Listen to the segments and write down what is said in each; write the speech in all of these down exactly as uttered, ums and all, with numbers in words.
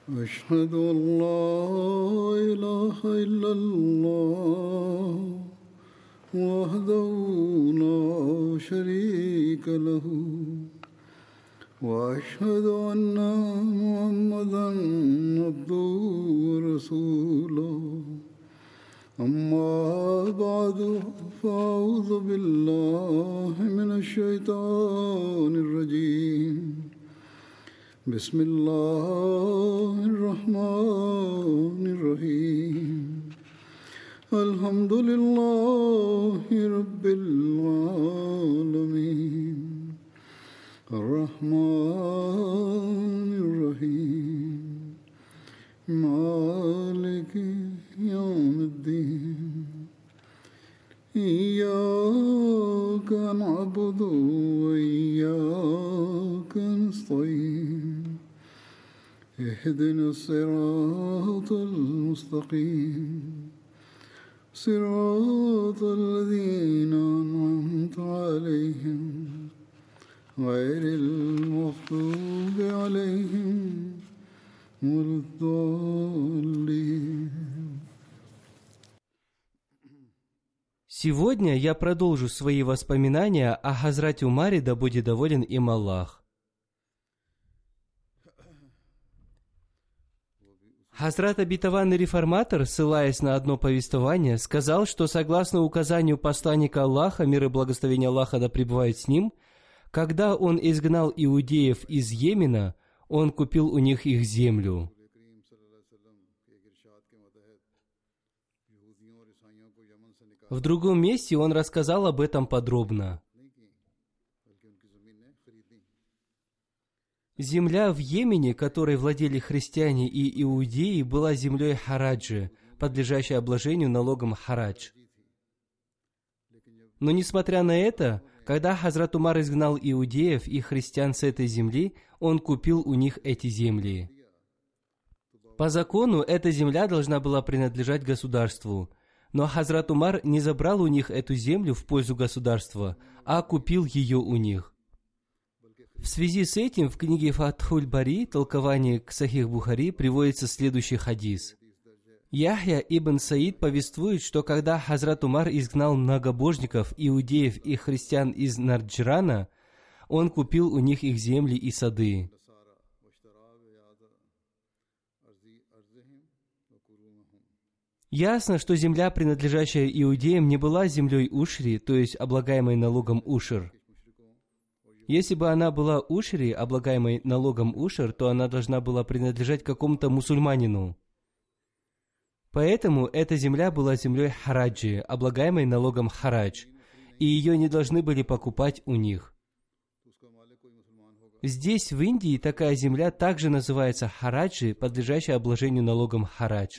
أشهد أن لا إله إلا الله وحده لا شريك له وأشهد أن محمدا عبده ورسوله أما بعد فأعوذ بالله من الشيطان الرجيم بسم الله الرحمن الرحيم الحمد لله رب العالمين الرحمن الرحيم مالك يوم الدين إياك نعبد وإياك نستعين اهدنا الصراط المستقيم صراط الذين أنعمت عليهم غير المغضوب عليهم ولا الضالين. Сегодня я продолжу свои воспоминания о Хазрате Умаре, да будет доволен им Аллах. Хазрат обетованный реформатор, ссылаясь на одно повествование, сказал, что согласно указанию посланника Аллаха, мир и благословение Аллаха да пребывает с ним, когда он изгнал иудеев из Йемена, он купил у них их землю. В другом месте он рассказал об этом подробно. Земля в Йемене, которой владели христиане и иудеи, была землей хараджи, подлежащей обложению налогом харадж. Но несмотря на это, когда Хазрат Умар изгнал иудеев и христиан с этой земли, он купил у них эти земли. По закону, эта земля должна была принадлежать государству, но Хазрат Умар не забрал у них эту землю в пользу государства, а купил ее у них. В связи с этим в книге Фатхуль Бари, толкование к Сахих Бухари, приводится следующий хадис. Яхья ибн Саид повествует, что когда Хазрат Умар изгнал многобожников, иудеев и христиан из Нарджрана, он купил у них их земли и сады. Ясно, что земля, принадлежащая иудеям, не была землей Ушри, то есть облагаемой налогом Ушр. Если бы она была Ушри, облагаемой налогом Ушр, то она должна была принадлежать какому-то мусульманину. Поэтому эта земля была землей хараджи, облагаемой налогом харадж, и ее не должны были покупать у них. Здесь, в Индии, такая земля также называется хараджи, подлежащая обложению налогом харадж.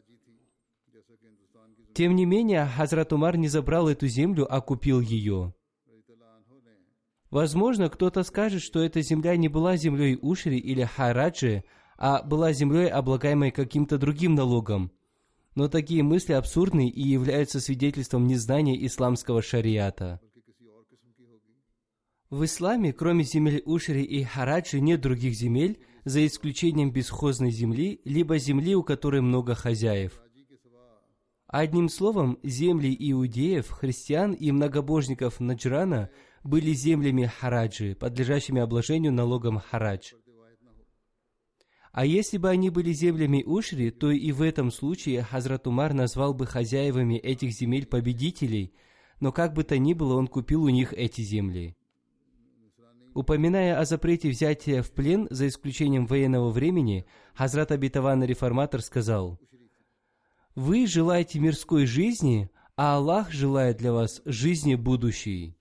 Тем не менее, Хазрат Умар не забрал эту землю, а купил ее. Возможно, кто-то скажет, что эта земля не была землей Ушри или хараджи, а была землей, облагаемой каким-то другим налогом. Но такие мысли абсурдны и являются свидетельством незнания исламского шариата. В исламе, кроме земель Ушри и хараджи, нет других земель, за исключением бесхозной земли, либо земли, у которой много хозяев. Одним словом, земли иудеев, христиан и многобожников Наджрана были землями хараджи, подлежащими обложению налогом харадж. А если бы они были землями Ушри, то и в этом случае Хазрат Умар назвал бы хозяевами этих земель победителей, но как бы то ни было, он купил у них эти земли. Упоминая о запрете взятия в плен, за исключением военного времени, Хазрат обетованный реформатор сказал: «Вы желаете мирской жизни, а Аллах желает для вас жизни будущей».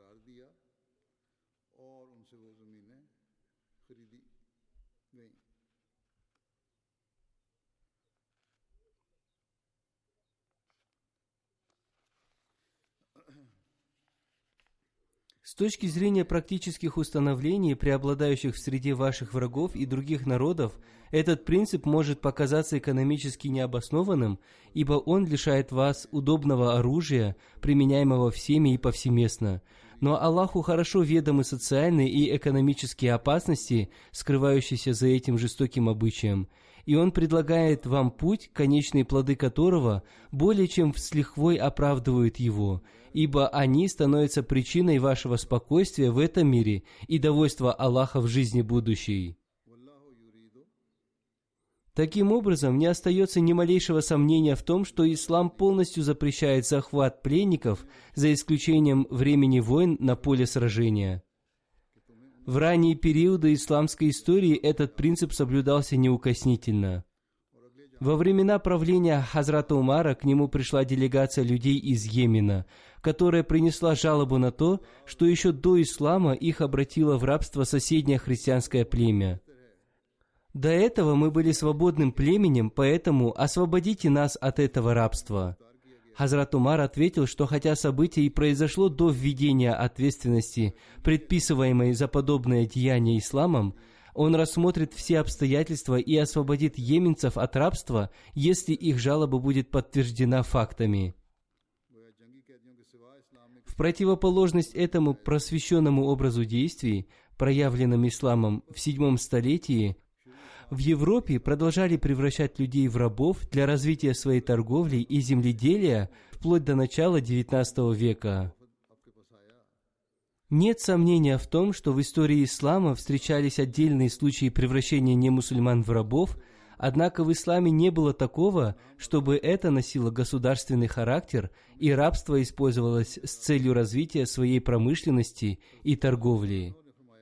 С точки зрения практических установлений, преобладающих в среде ваших врагов и других народов, этот принцип может показаться экономически необоснованным, ибо он лишает вас удобного оружия, применяемого всеми и повсеместно. Но Аллаху хорошо ведомы социальные и экономические опасности, скрывающиеся за этим жестоким обычаем, и Он предлагает вам путь, конечные плоды которого более чем с лихвой оправдывают его, ибо они становятся причиной вашего спокойствия в этом мире и довольства Аллаха в жизни будущей. Таким образом, не остается ни малейшего сомнения в том, что ислам полностью запрещает захват пленников, за исключением времени войн на поле сражения. В ранние периоды исламской истории этот принцип соблюдался неукоснительно. Во времена правления Хазрата Умара к нему пришла делегация людей из Йемена, которая принесла жалобу на то, что еще до ислама их обратило в рабство соседнее христианское племя. До этого мы были свободным племенем, поэтому освободите нас от этого рабства. Хазрат Умар ответил, что хотя событие и произошло до введения ответственности, предписываемой за подобное деяние исламом, он рассмотрит все обстоятельства и освободит йеменцев от рабства, если их жалоба будет подтверждена фактами. В противоположность этому просвещенному образу действий, проявленным исламом в седьмом столетии, в Европе продолжали превращать людей в рабов для развития своей торговли и земледелия вплоть до начала девятнадцатого века. Нет сомнения в том, что в истории ислама встречались отдельные случаи превращения немусульман в рабов, однако в исламе не было такого, чтобы это носило государственный характер и рабство использовалось с целью развития своей промышленности и торговли.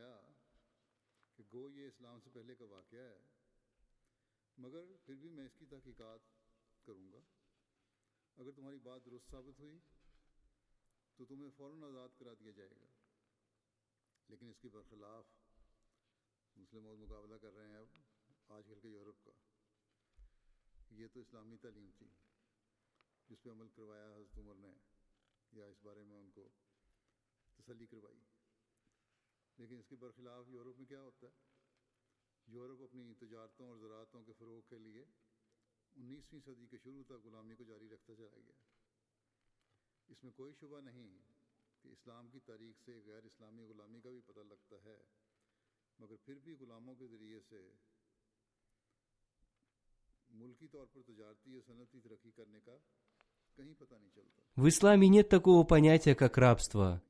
लेकिन इसके बरखिलाफ मुस्लिम और मुकाबला कर रहे हैं अब आजकल के यूरोप का। ये तो इस्लामी तालीम थी जिस पे अमल करवाया हज़रत उमर ने, या इस बारे में उनको तसल्ली करवाई। लेकिन इसके बरखिलाफ यूरोप में क्या होता है? यूरोप अपनी तजारतों और ज़राअतों के फ़रोग़ के लिए उन्नीसवीं सदी के शुरू तक ग़ुलामी को जारी रखता चला गया। इसमें कोई शुबा नहीं कि इस्लाम की तारीख से गैर इस्लामी ग़ुलामी का भी पता लगता है, मगर फिर भी ग़ुलामों के ज़रिए से मुल्की तौर पर तजारती या सनती तरक्की करने का कहीं पता नहीं चलता। В исламе нет такого понятия, как рабство.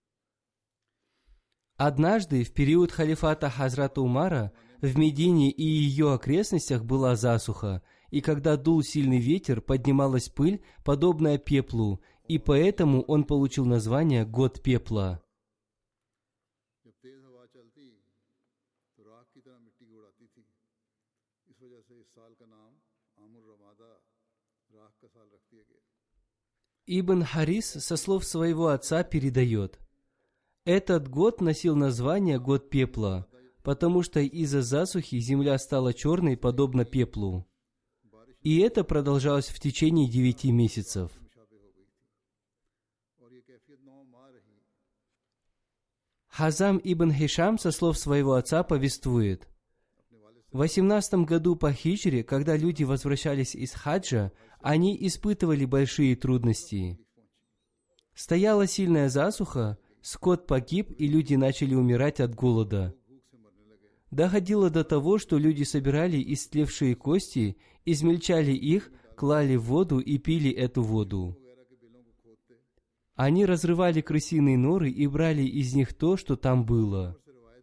Однажды, в период халифата Хазрата Умара, в Медине и ее окрестностях была засуха, и когда дул сильный ветер, поднималась пыль, подобная пеплу, и поэтому он получил название «Год пепла». Ибн Харис со слов своего отца передает: «Этот год носил название «Год пепла», потому что из-за засухи земля стала черной, подобно пеплу. И это продолжалось в течение девяти месяцев». Хазам ибн Хишам со слов своего отца повествует: в восемнадцатом году по хиджре, когда люди возвращались из хаджа, они испытывали большие трудности. Стояла сильная засуха, скот погиб, и люди начали умирать от голода. Доходило до того, что люди собирали истлевшие кости, измельчали их, клали в воду и пили эту воду. Они разрывали крысиные норы и брали из них то, что там было.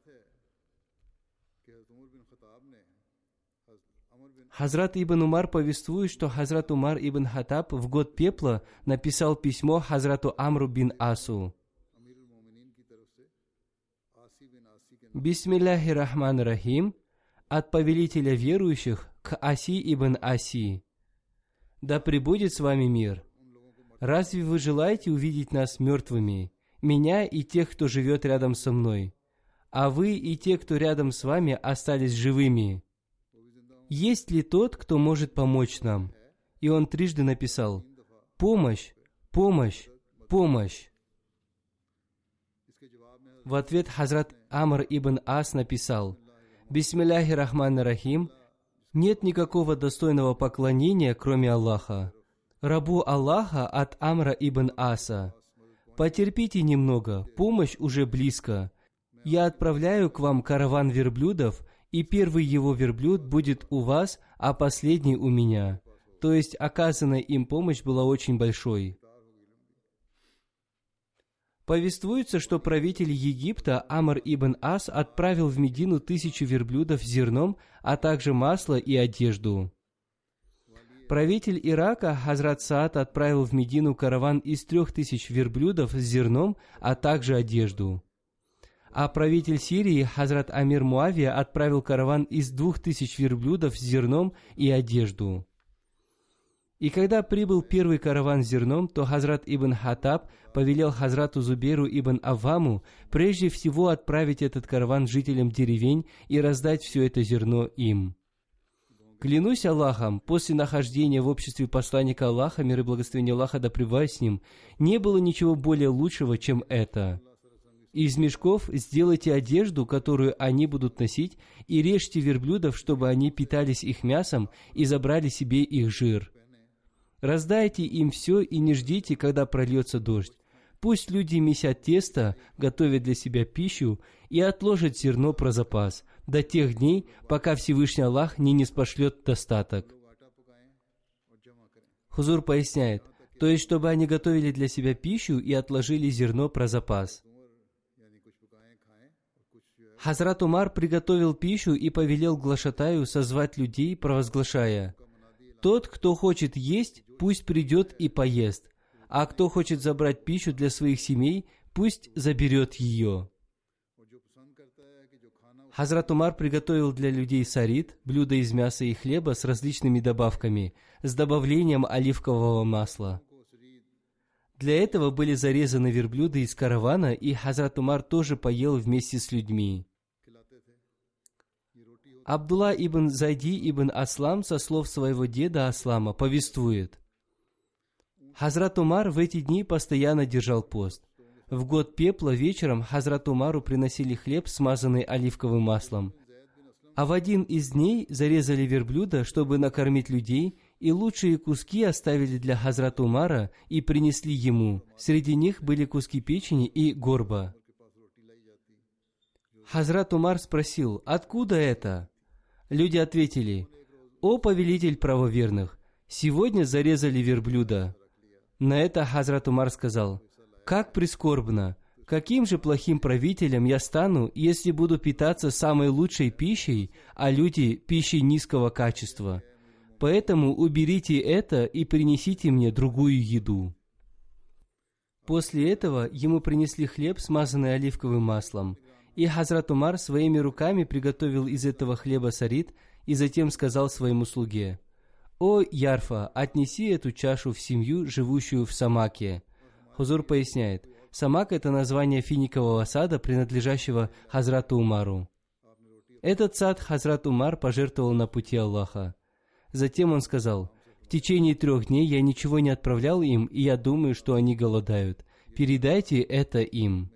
Хазрат ибн Умар повествует, что Хазрат Умар ибн Хаттаб в год пепла написал письмо Хазрату Амру бин Асу. Бисмилляхи рахман рахим, от повелителя верующих к Аси ибн Аси. Да пребудет с вами мир. Разве вы желаете увидеть нас мертвыми, меня и тех, кто живет рядом со мной, а вы и те, кто рядом с вами, остались живыми? Есть ли тот, кто может помочь нам? И он трижды написал: «Помощь! Помощь! Помощь!» В ответ Хазрат Амр ибн Ас написал: «Бисмилляхи рахман рахим, нет никакого достойного поклонения, кроме Аллаха. Рабу Аллаха от Амра ибн Аса. Потерпите немного, помощь уже близко. Я отправляю к вам караван верблюдов, и первый его верблюд будет у вас, а последний у меня». То есть оказанная им помощь была очень большой. Повествуется, что правитель Египта Амр ибн Ас отправил в Медину тысячу верблюдов с зерном, а также масло и одежду. Правитель Ирака Хазрат Саад отправил в Медину караван из трех тысяч верблюдов с зерном, а также одежду. А правитель Сирии Хазрат Амир Муавия отправил караван из двух тысяч верблюдов с зерном и одежду. И когда прибыл первый караван с зерном, то Хазрат ибн Хаттаб повелел Хазрату Зубейру ибн Авваму прежде всего отправить этот караван жителям деревень и раздать все это зерно им. Клянусь Аллахом, после нахождения в обществе посланника Аллаха, мир и благословение Аллаха да пребывает с ним, не было ничего более лучшего, чем это. Из мешков сделайте одежду, которую они будут носить, и режьте верблюдов, чтобы они питались их мясом и забрали себе их жир. Раздайте им все и не ждите, когда прольется дождь. Пусть люди месят тесто, готовят для себя пищу и отложат зерно про запас до тех дней, пока Всевышний Аллах не ниспошлет достаток. Хузур поясняет, то есть, чтобы они готовили для себя пищу и отложили зерно про запас. Хазрат Умар приготовил пищу и повелел глашатаю созвать людей, провозглашая: «Тот, кто хочет есть, пусть придет и поест, а кто хочет забрать пищу для своих семей, пусть заберет ее». Хазрат Умар приготовил для людей сарид, блюдо из мяса и хлеба с различными добавками, с добавлением оливкового масла. Для этого были зарезаны верблюды из каравана, и Хазрат Умар тоже поел вместе с людьми. Абдулла ибн Зайди ибн Аслам со слов своего деда Аслама повествует: Хазрат Умар в эти дни постоянно держал пост. В год пепла вечером Хазрат Умару приносили хлеб, смазанный оливковым маслом. А в один из дней зарезали верблюда, чтобы накормить людей, и лучшие куски оставили для Хазрата Умара и принесли ему. Среди них были куски печени и горба. Хазрат Умар спросил: «Откуда это?» Люди ответили: «О повелитель правоверных, сегодня зарезали верблюда». На это Хазрат Умар сказал: «Как прискорбно! Каким же плохим правителем я стану, если буду питаться самой лучшей пищей, а люди – пищей низкого качества? Поэтому уберите это и принесите мне другую еду». После этого ему принесли хлеб, смазанный оливковым маслом. И Хазрат Умар своими руками приготовил из этого хлеба сарид и затем сказал своему слуге: «О, Ярфа, отнеси эту чашу в семью, живущую в Самаке». Хузур поясняет, Самак – это название финикового сада, принадлежащего Хазрату Умару. Этот сад Хазрат Умар пожертвовал на пути Аллаха. Затем он сказал: «В течение трех дней я ничего не отправлял им, и я думаю, что они голодают. Передайте это им».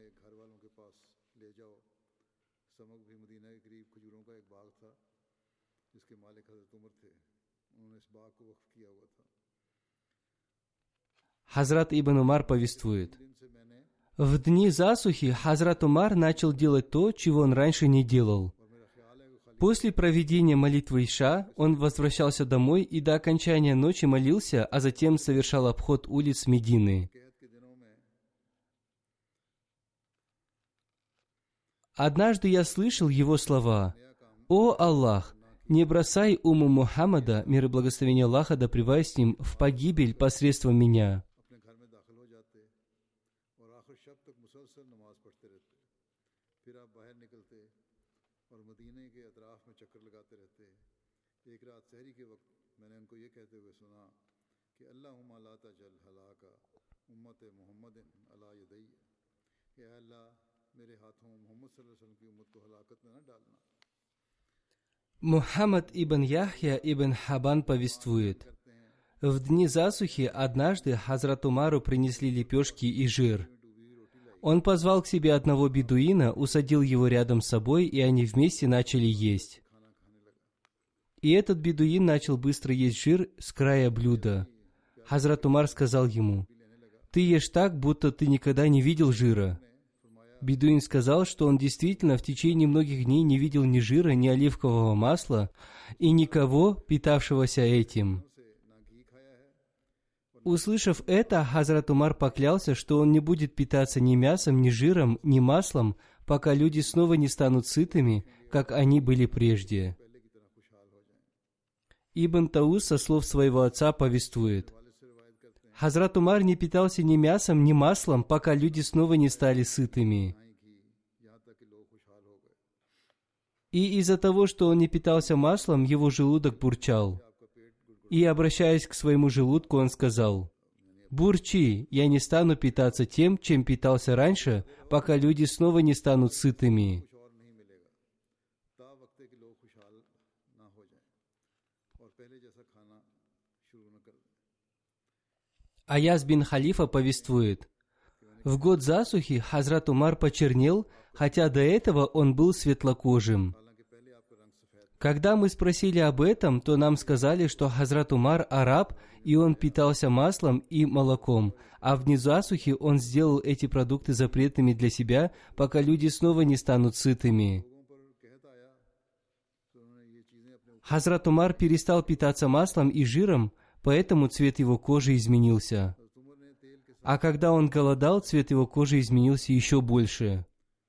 Хазрат Ибн Умар повествует: в дни засухи Хазрат Умар начал делать то, чего он раньше не делал. После проведения молитвы Иша он возвращался домой и до окончания ночи молился, а затем совершал обход улиц Медины. Однажды я слышал его слова: «О Аллах, не бросай умму Мухаммада, мир и благословение Аллаха да пребывает с ним, в погибель посредством меня». Мухаммад ибн Яхья ибн Хабан повествует: в дни засухи однажды Хазрат Умару принесли лепешки и жир. Он позвал к себе одного бедуина, усадил его рядом с собой, и они вместе начали есть. И этот бедуин начал быстро есть жир с края блюда. Хазрат Умар сказал ему: ты ешь так, будто ты никогда не видел жира». Бедуин сказал, что он действительно в течение многих дней не видел ни жира, ни оливкового масла и никого, питавшегося этим. Услышав это, Хазрат Умар поклялся, что он не будет питаться ни мясом, ни жиром, ни маслом, пока люди снова не станут сытыми, как они были прежде. Ибн Таус со слов своего отца повествует: Хазрат Умар не питался ни мясом, ни маслом, пока люди снова не стали сытыми. И из-за того, что он не питался маслом, его желудок бурчал. И, обращаясь к своему желудку, он сказал: «Бурчи, я не стану питаться тем, чем питался раньше, пока люди снова не станут сытыми». Аяз бин Халифа повествует: в год засухи Хазрат Умар почернел, хотя до этого он был светлокожим. Когда мы спросили об этом, то нам сказали, что Хазрат Умар араб, и он питался маслом и молоком, а в дни засухи он сделал эти продукты запретными для себя, пока люди снова не станут сытыми. Хазрат Умар перестал питаться маслом и жиром, поэтому цвет его кожи изменился. А когда он голодал, цвет его кожи изменился еще больше.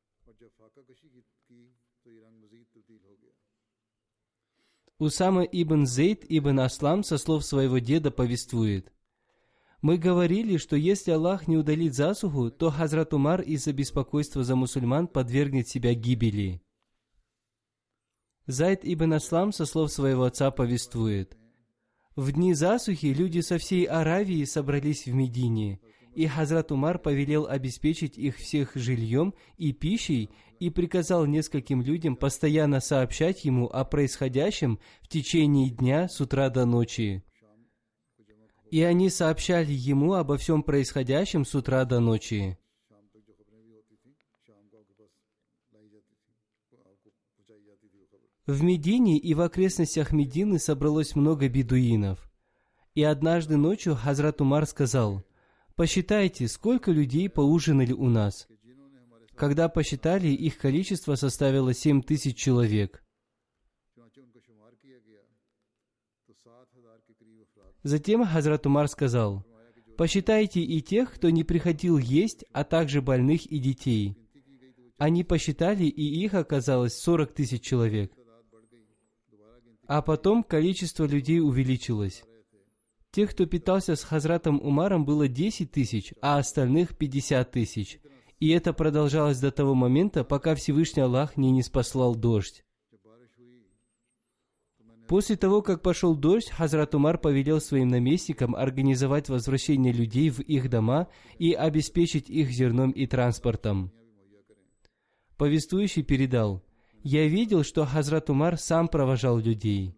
Усама ибн Зейд ибн Аслам со слов своего деда повествует: «Мы говорили, что если Аллах не удалит засуху, то Хазрат Умар из-за беспокойства за мусульман подвергнет себя гибели». Зайд ибн Аслам со слов своего отца повествует: «В дни засухи люди со всей Аравии собрались в Медине, и Хазрат Умар повелел обеспечить их всех жильем и пищей и приказал нескольким людям постоянно сообщать ему о происходящем в течение дня с утра до ночи. И они сообщали ему обо всем происходящем с утра до ночи». В Медине и в окрестностях Медины собралось много бедуинов. И однажды ночью Хазрат Умар сказал: «Посчитайте, сколько людей поужинали у нас». Когда посчитали, их количество составило семь тысяч человек. Затем Хазрат Умар сказал: «Посчитайте и тех, кто не приходил есть, а также больных и детей». Они посчитали, и их оказалось сорок тысяч человек. А потом количество людей увеличилось. Тех, кто питался с Хазратом Умаром, было десять тысяч, а остальных пятьдесят тысяч. И это продолжалось до того момента, пока Всевышний Аллах не ниспослал дождь. После того, как пошел дождь, Хазрат Умар повелел своим наместникам организовать возвращение людей в их дома и обеспечить их зерном и транспортом. Повествующий передал: «Я видел, что Хазрат Умар сам провожал людей.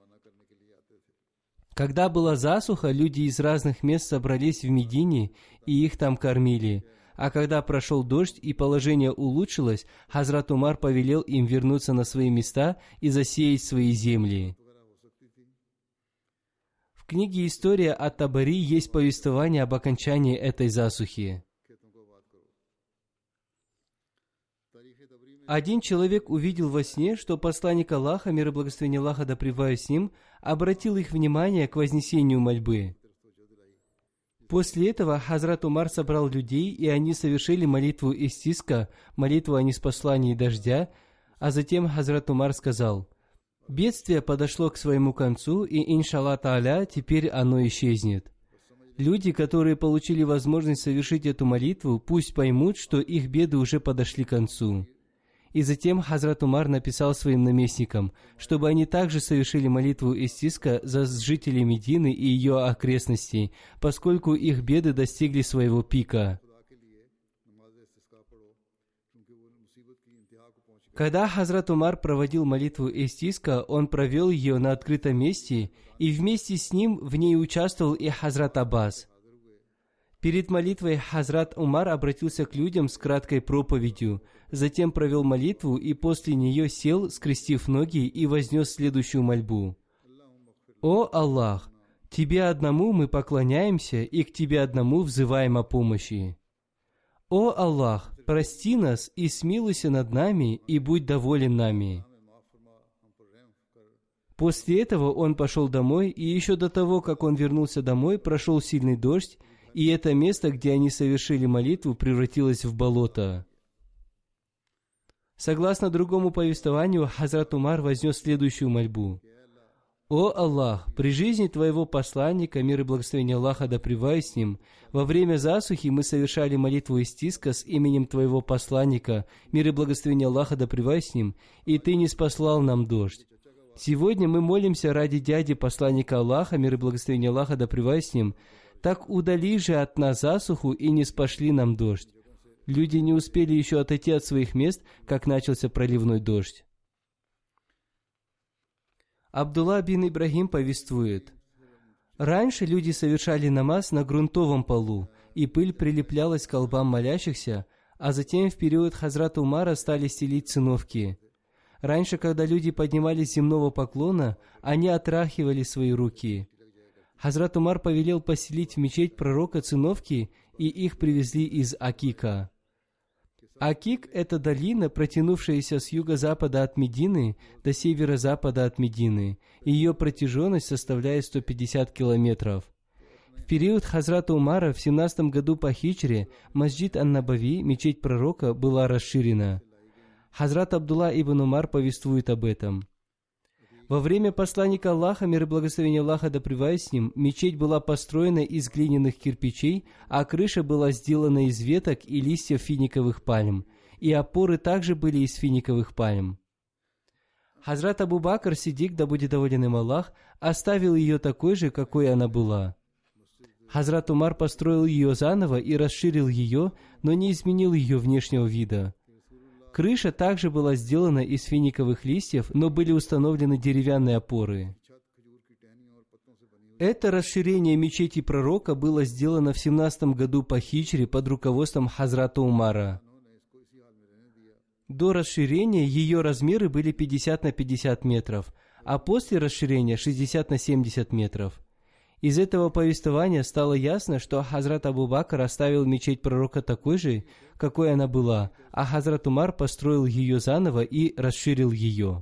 Когда была засуха, люди из разных мест собрались в Медине, и их там кормили. А когда прошел дождь и положение улучшилось, Хазрат Умар повелел им вернуться на свои места и засеять свои земли». В книге «История от Табари» есть повествование об окончании этой засухи. Один человек увидел во сне, что посланник Аллаха, мир и благословение Аллаха да пребывает с ним, обратил их внимание к вознесению мольбы. После этого Хазрат Умар собрал людей, и они совершили молитву истиска, молитву о ниспослании дождя, а затем Хазрат Умар сказал: «Бедствие подошло к своему концу, и, иншаллах тааля, теперь оно исчезнет. Люди, которые получили возможность совершить эту молитву, пусть поймут, что их беды уже подошли к концу». И затем Хазрат Умар написал своим наместникам, чтобы они также совершили молитву истиска за жителей Медины и ее окрестностей, поскольку их беды достигли своего пика. Когда Хазрат Умар проводил молитву истиска, он провел ее на открытом месте, и вместе с ним в ней участвовал и Хазрат Аббас. Перед молитвой Хазрат Умар обратился к людям с краткой проповедью, затем провел молитву и после нее сел, скрестив ноги, и вознес следующую мольбу: «О Аллах! Тебе одному мы поклоняемся и к Тебе одному взываем о помощи. О Аллах, прости нас и смилуйся над нами и будь доволен нами. После этого он пошел домой, и еще до того, как он вернулся домой, прошел сильный дождь, и это место, где они совершили молитву, превратилось в болото. Согласно другому повествованию, Хазрат Умар вознес следующую мольбу. «О Аллах, при жизни Твоего посланника, мир и благословение Аллаха да пребывает с ним, во время засухи мы совершали молитву истиска с именем Твоего посланника, мир и благословение Аллаха да пребывает с ним, и Ты не спаслал нам дождь. Сегодня мы молимся ради дяди посланника Аллаха, мир и благословение Аллаха да пребывает с ним, так удали же от нас засуху и не спошли нам дождь». Люди не успели еще отойти от своих мест, как начался проливной дождь. Абдулла бин Ибрахим повествует: «Раньше люди совершали намаз на грунтовом полу, и пыль прилеплялась к колбам молящихся, а затем в период Хазрата Умара стали стелить циновки. Раньше, когда люди поднимались с земного поклона, они отряхивали свои руки. Хазрат Умар повелел поселить в мечеть пророка циновки, и их привезли из Акика. Акик – это долина, протянувшаяся с юго-запада от Медины до северо-запада от Медины. Ее протяженность составляет сто пятьдесят километров. В период Хазрата Умара в семнадцатом году по хиджре Масджид ан-Набави, мечеть пророка, была расширена. Хазрат Абдулла ибн Умар повествует об этом. Во время посланника Аллаха, мир и благословение Аллаха да пребывает с ним, мечеть была построена из глиняных кирпичей, а крыша была сделана из веток и листьев финиковых пальм, и опоры также были из финиковых пальм. Хазрат Абу Бакр Сиддик, да будет доволен им Аллах, оставил ее такой же, какой она была. Хазрат Умар построил ее заново и расширил ее, но не изменил ее внешнего вида. Крыша также была сделана из финиковых листьев, но были установлены деревянные опоры. Это расширение мечети пророка было сделано в семнадцатом году по хиджре под руководством Хазрата Умара. До расширения ее размеры были пятьдесят на пятьдесят метров, а после расширения шестьдесят на семьдесят метров. Из этого повествования стало ясно, что Хазрат Абу Бакр оставил мечеть пророка такой же, какой она была, а Хазрат Умар построил ее заново и расширил ее.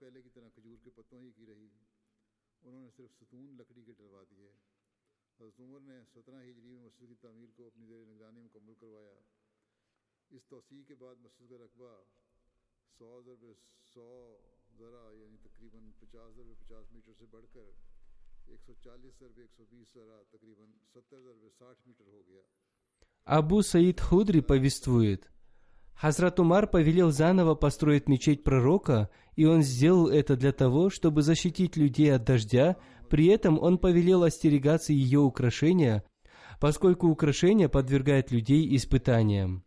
Абу Саид Худри повествует: Хазрат Умар повелел заново построить мечеть пророка, и он сделал это для того, чтобы защитить людей от дождя, при этом он повелел остерегаться ее украшения, поскольку украшения подвергают людей испытаниям.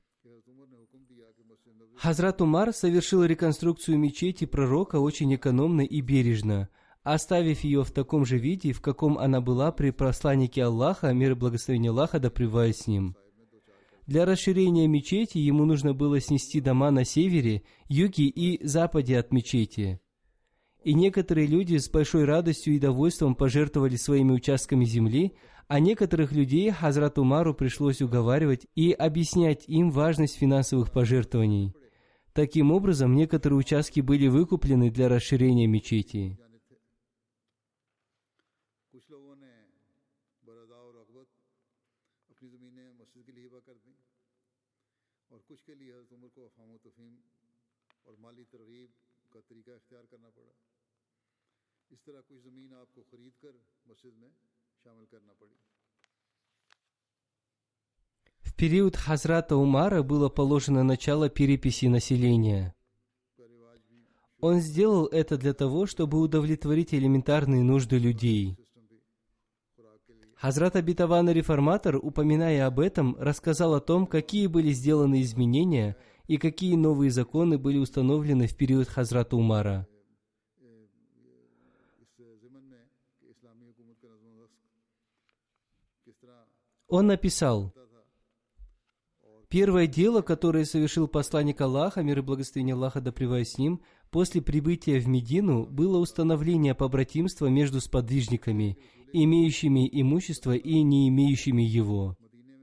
Хазрат Умар совершил реконструкцию мечети пророка очень экономно и бережно, оставив ее в таком же виде, в каком она была при посланнике Аллаха, мир и благословение Аллаха да пребывает с ним. Для расширения мечети ему нужно было снести дома на севере, юге и западе от мечети. И некоторые люди с большой радостью и довольством пожертвовали своими участками земли, а некоторых людей Хазрату Умару пришлось уговаривать и объяснять им важность финансовых пожертвований. Таким образом, некоторые участки были выкуплены для расширения мечети. В период Хазрата Умара было положено начало переписи населения. Он сделал это для того, чтобы удовлетворить элементарные нужды людей. Хазрат обетованный реформатор, упоминая об этом, рассказал о том, какие были сделаны изменения и какие новые законы были установлены в период Хазрата Умара. Он написал: «Первое дело, которое совершил посланник Аллаха, мир и благословение Аллаха да пребывает с ним, после прибытия в Медину, было установление побратимства между сподвижниками, имеющими имущество и не имеющими его.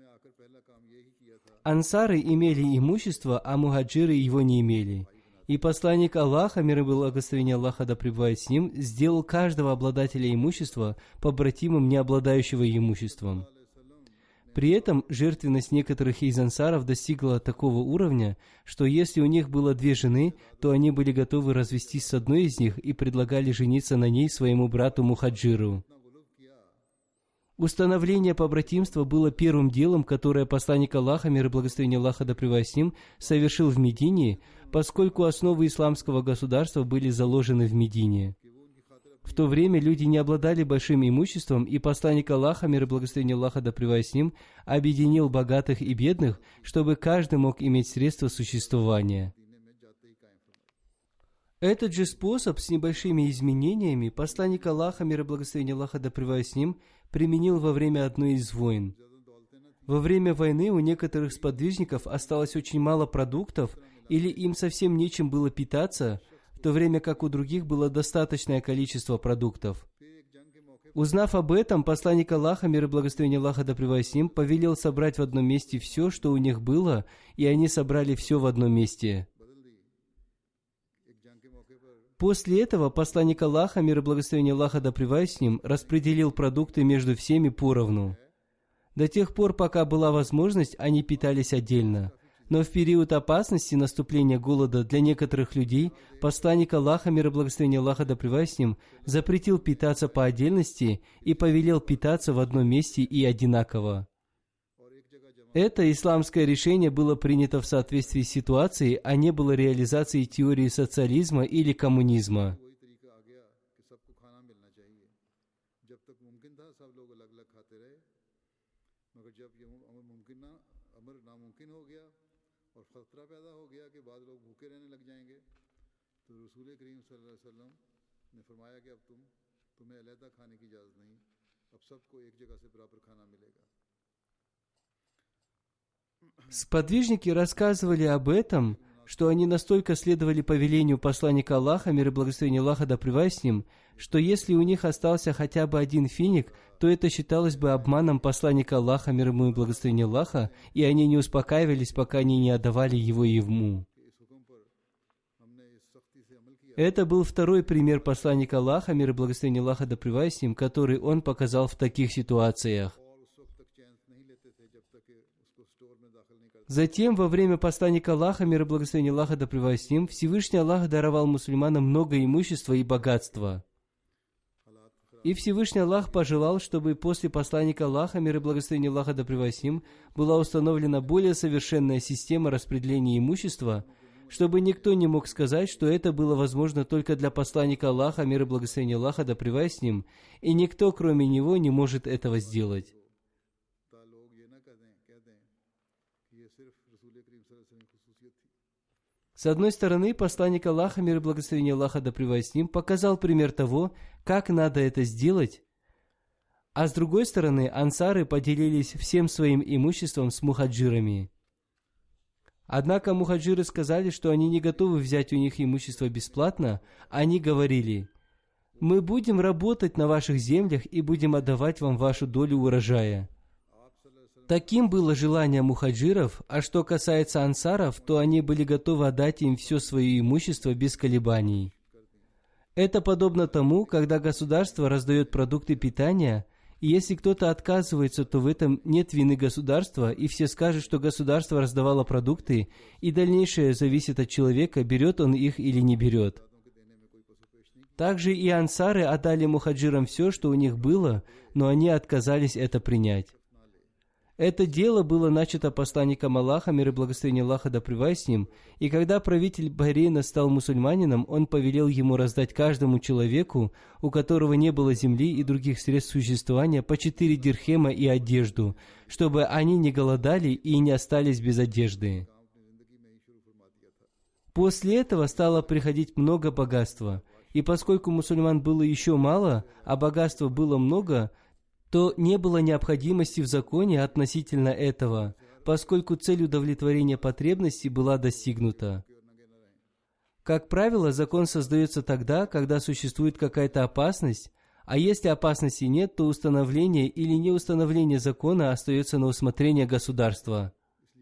Ансары имели имущество, а мухаджиры его не имели. И посланник Аллаха, мир и благословение Аллаха да пребывает с ним, сделал каждого обладателя имущества побратимым не обладающего имуществом. При этом жертвенность некоторых из ансаров достигла такого уровня, что если у них было две жены, то они были готовы развестись с одной из них и предлагали жениться на ней своему брату Мухаджиру. Установление побратимства было первым делом, которое посланник Аллаха, мир и благословение Аллаха да пребывает с ним, совершил в Медине, поскольку основы исламского государства были заложены в Медине. В то время люди не обладали большим имуществом, и посланник Аллаха, мир и благословение Аллаха да пребывает с ним, объединил богатых и бедных, чтобы каждый мог иметь средства существования. Этот же способ с небольшими изменениями посланник Аллаха, мир и благословение Аллаха да пребывает с ним, применил во время одной из войн. Во время войны у некоторых сподвижников осталось очень мало продуктов, или им совсем нечем было питаться, в то время как у других было достаточное количество продуктов. Узнав об этом, посланник Аллаха, мир и благословение Аллаха да пребывает с ним, повелел собрать в одном месте все, что у них было, и они собрали все в одном месте. После этого посланник Аллаха, мир и благословение Аллаха да пребывает с ним, распределил продукты между всеми поровну. До тех пор, пока была возможность, они питались отдельно. Но в период опасности наступления голода для некоторых людей посланник Аллаха, мир и благословение Аллаха да пребывает с ним, запретил питаться по отдельности и повелел питаться в одном месте и одинаково. Это исламское решение было принято в соответствии с ситуацией, а не было реализацией теории социализма или коммунизма. Сподвижники рассказывали об этом, что они настолько следовали повелению посланника Аллаха, мир и благословение Аллаха да пребывает с ним, что если у них остался хотя бы один финик, то это считалось бы обманом посланника Аллаха, мир ему и благословение Аллаха, и они не успокаивались, пока они не отдавали его ему. Это был второй пример посланника Аллаха, мир и благословение Аллаха да пребывает с ним, который он показал в таких ситуациях. Затем, во время посланника Аллаха, мир и благословение Аллаха да пребывает с ним, Всевышний Аллах даровал мусульманам много имущества и богатства. И Всевышний Аллах пожелал, чтобы после посланника Аллаха, мир и благословение Аллаха да пребывает с ним, была установлена более совершенная система распределения имущества, чтобы никто не мог сказать, что это было возможно только для посланника Аллаха, мир и благословение Аллаха да пребывает с ним, и никто, кроме него, не может этого сделать. С одной стороны, посланник Аллаха, мир и благословение Аллаха да пребывает с ним, показал пример того, как надо это сделать, а с другой стороны, ансары поделились всем своим имуществом с мухаджирами. Однако мухаджиры сказали, что они не готовы взять у них имущество бесплатно. Они говорили: «Мы будем работать на ваших землях и будем отдавать вам вашу долю урожая». Таким было желание мухаджиров, а что касается ансаров, то они были готовы отдать им все свое имущество без колебаний. Это подобно тому, когда государство раздает продукты питания, и если кто-то отказывается, то в этом нет вины государства, и все скажут, что государство раздавало продукты, и дальнейшее зависит от человека, берет он их или не берет. Также и ансары отдали мухаджирам все, что у них было, но они отказались это принять. Это дело было начато посланником Аллаха, мир и благословение Аллаха да пребывает с ним, и когда правитель Бахрейна стал мусульманином, он повелел ему раздать каждому человеку, у которого не было земли и других средств существования, по четыре дирхема и одежду, чтобы они не голодали и не остались без одежды. После этого стало приходить много богатства, и поскольку мусульман было еще мало, а богатства было много, то не было необходимости в законе относительно этого, поскольку цель удовлетворения потребностей была достигнута. Как правило, закон создается тогда, когда существует какая-то опасность, А если опасности нет, то установление или неустановление закона остается на усмотрение государства.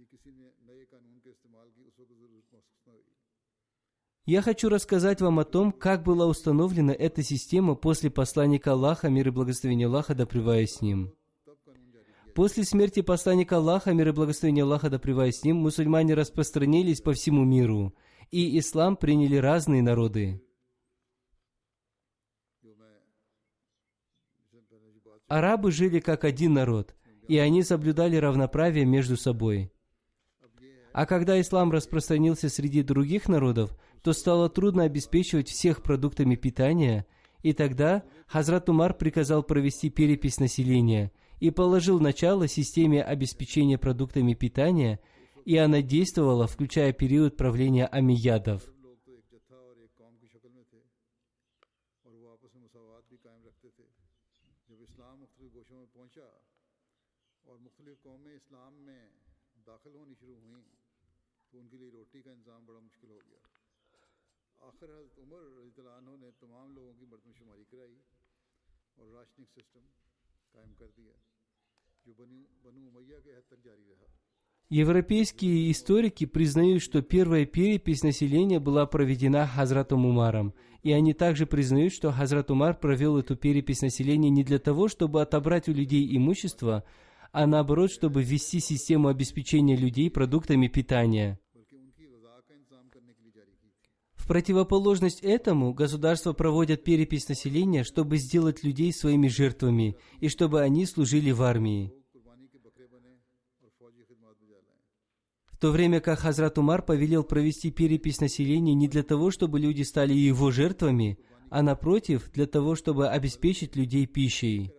Я хочу рассказать вам о том, как была установлена эта система после посланника Аллаха, мир и благословение Аллаха, да пребывает с ним. После смерти посланника Аллаха, мир и благословение Аллаха, да пребывает с ним, мусульмане распространились по всему миру, и ислам приняли разные народы. Арабы жили как один народ, и они соблюдали равноправие между собой. А когда ислам распространился среди других народов, то стало трудно обеспечивать всех продуктами питания, и тогда Хазрат Умар приказал провести перепись населения и положил начало системе обеспечения продуктами питания, и она действовала, включая период правления аммиядов. Европейские историки признают, что первая перепись населения была проведена Хазратом Умаром, и они также признают, что Хазрат Умар провел эту перепись населения не для того, чтобы отобрать у людей имущество, а наоборот, чтобы ввести систему обеспечения людей продуктами питания. В противоположность этому, государства проводят перепись населения, чтобы сделать людей своими жертвами, и чтобы они служили в армии. В то время как Хазрат Умар повелел провести перепись населения не для того, чтобы люди стали его жертвами, а напротив, для того, чтобы обеспечить людей пищей.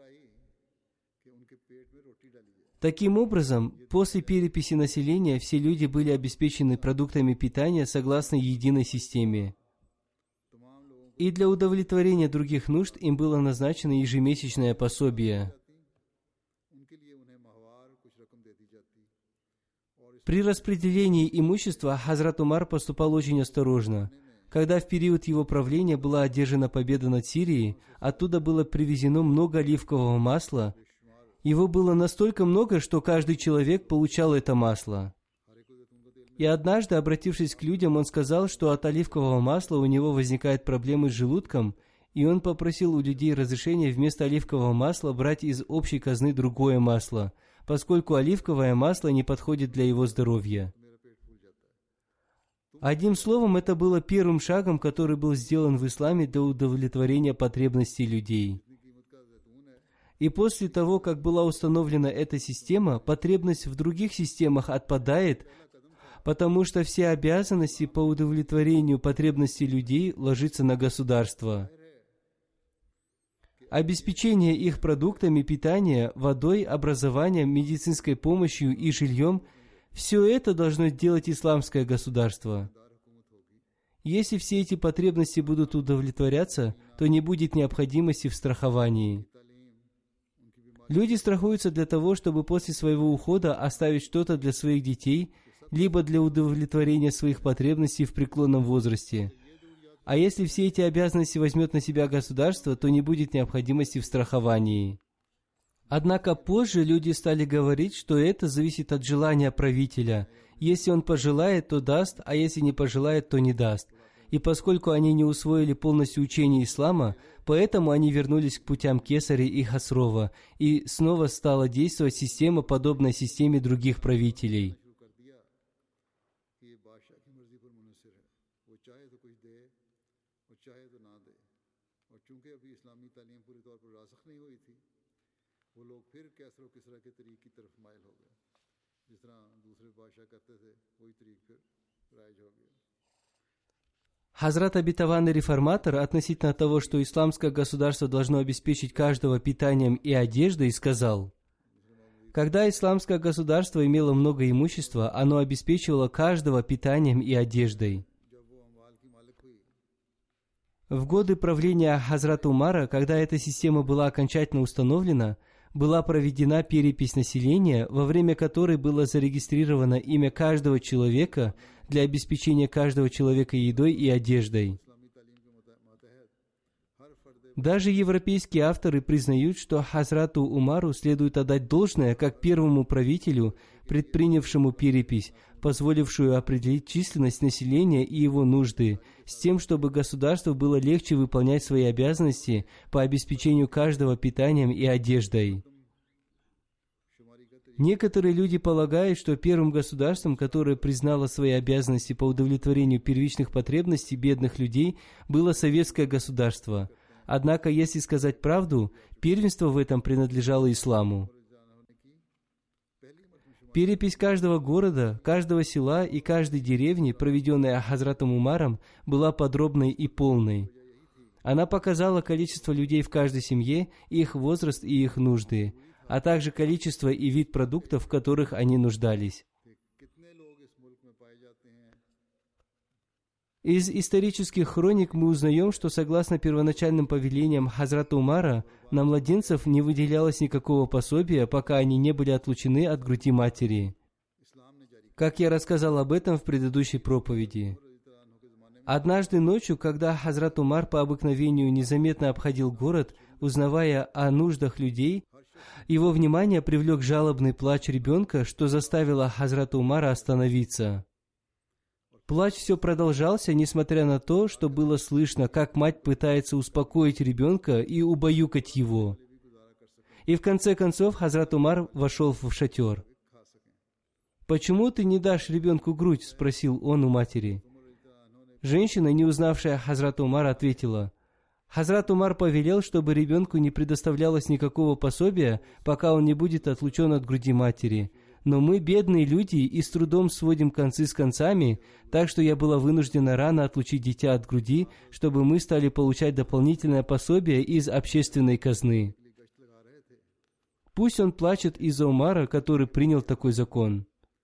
Таким образом, после переписи населения все люди были обеспечены продуктами питания согласно единой системе. И для удовлетворения других нужд им было назначено ежемесячное пособие. При распределении имущества Хазрат Умар поступал очень осторожно. Когда в период его правления была одержана победа над Сирией, оттуда было привезено много оливкового масла. Его было настолько много, что каждый человек получал это масло. И однажды, обратившись к людям, он сказал, что от оливкового масла у него возникают проблемы с желудком, и он попросил у людей разрешения вместо оливкового масла брать из общей казны другое масло, поскольку оливковое масло не подходит для его здоровья. Одним словом, это было первым шагом, который был сделан в исламе для удовлетворения потребностей людей. И после того, как была установлена эта система, потребность в других системах отпадает, потому что все обязанности по удовлетворению потребностей людей ложатся на государство. Обеспечение их продуктами питания, водой, образованием, медицинской помощью и жильем – все это должно делать исламское государство. Если все эти потребности будут удовлетворяться, то не будет необходимости в страховании. Люди страхуются для того, чтобы после своего ухода оставить что-то для своих детей, либо для удовлетворения своих потребностей в преклонном возрасте. А если все эти обязанности возьмет на себя государство, то не будет необходимости в страховании. Однако позже люди стали говорить, что это зависит от желания правителя. Если он пожелает, то даст, а если не пожелает, то не даст. И поскольку они не усвоили полностью учение ислама, поэтому они вернулись к путям Кесаря и Хасрова, и снова стала действовать система, подобная системе других правителей. Хазрат обетованный реформатор относительно того, что исламское государство должно обеспечить каждого питанием и одеждой, сказал: когда исламское государство имело много имущества, оно обеспечивало каждого питанием и одеждой. В годы правления Хазрата Умара, когда эта система была окончательно установлена, была проведена перепись населения, во время которой было зарегистрировано имя каждого человека для обеспечения каждого человека едой и одеждой. Даже европейские авторы признают, что Хазрату Умару следует отдать должное как первому правителю, предпринявшему перепись, позволившую определить численность населения и его нужды, с тем, чтобы государству было легче выполнять свои обязанности по обеспечению каждого питанием и одеждой. Некоторые люди полагают, что первым государством, которое признало свои обязанности по удовлетворению первичных потребностей бедных людей, было советское государство. Однако, если сказать правду, первенство в этом принадлежало исламу. Перепись каждого города, каждого села и каждой деревни, проведенная Хазратом Умаром, была подробной и полной. Она показала количество людей в каждой семье, их возраст и их нужды, а также количество и вид продуктов, в которых они нуждались. Из исторических хроник мы узнаем, что согласно первоначальным повелениям Хазрата Умара, на младенцев не выделялось никакого пособия, пока они не были отлучены от груди матери. Как я рассказал об этом в предыдущей проповеди. Однажды ночью, когда Хазрат Умар по обыкновению незаметно обходил город, узнавая о нуждах людей, его внимание привлек жалобный плач ребенка, что заставило Хазрата Умара остановиться. Плач все продолжался, несмотря на то, что было слышно, как мать пытается успокоить ребенка и убаюкать его. И в конце концов Хазрат Умар вошел в шатер. «Почему ты не дашь ребенку грудь?» – спросил он у матери. Женщина, не узнавшая Хазрата Умара, ответила: «Хазрат Умар повелел, чтобы ребенку не предоставлялось никакого пособия, пока он не будет отлучен от груди матери. Но мы бедные люди и с трудом сводим концы с концами, так что я была вынуждена рано отлучить дитя от груди, чтобы мы стали получать дополнительное пособие из общественной казны. Пусть он плачет из-за Умара, который принял такой закон».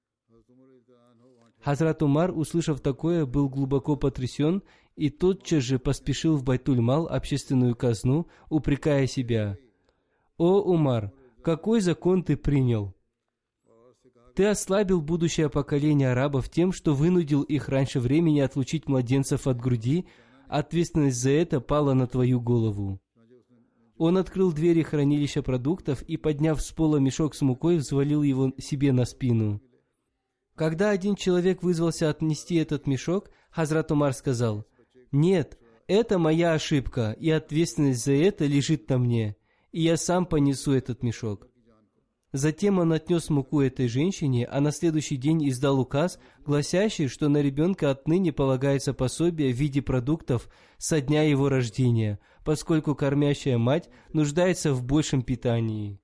Хазрат Умар, услышав такое, был глубоко потрясен и тотчас же поспешил в Байтуль-Мал, общественную казну, упрекая себя: «О, Умар, какой закон ты принял? Ты ослабил будущее поколение арабов тем, что вынудил их раньше времени отлучить младенцев от груди. Ответственность за это пала на твою голову». Он открыл двери хранилища продуктов и, подняв с пола мешок с мукой, взвалил его себе на спину. Когда один человек вызвался отнести этот мешок, Хазрат Умар сказал: «Нет, это моя ошибка, и ответственность за это лежит на мне, и я сам понесу этот мешок». Затем он отнес муку этой женщине, а на следующий день издал указ, гласящий, что на ребенка отныне полагается пособие в виде продуктов со дня его рождения, поскольку кормящая мать нуждается в большем питании.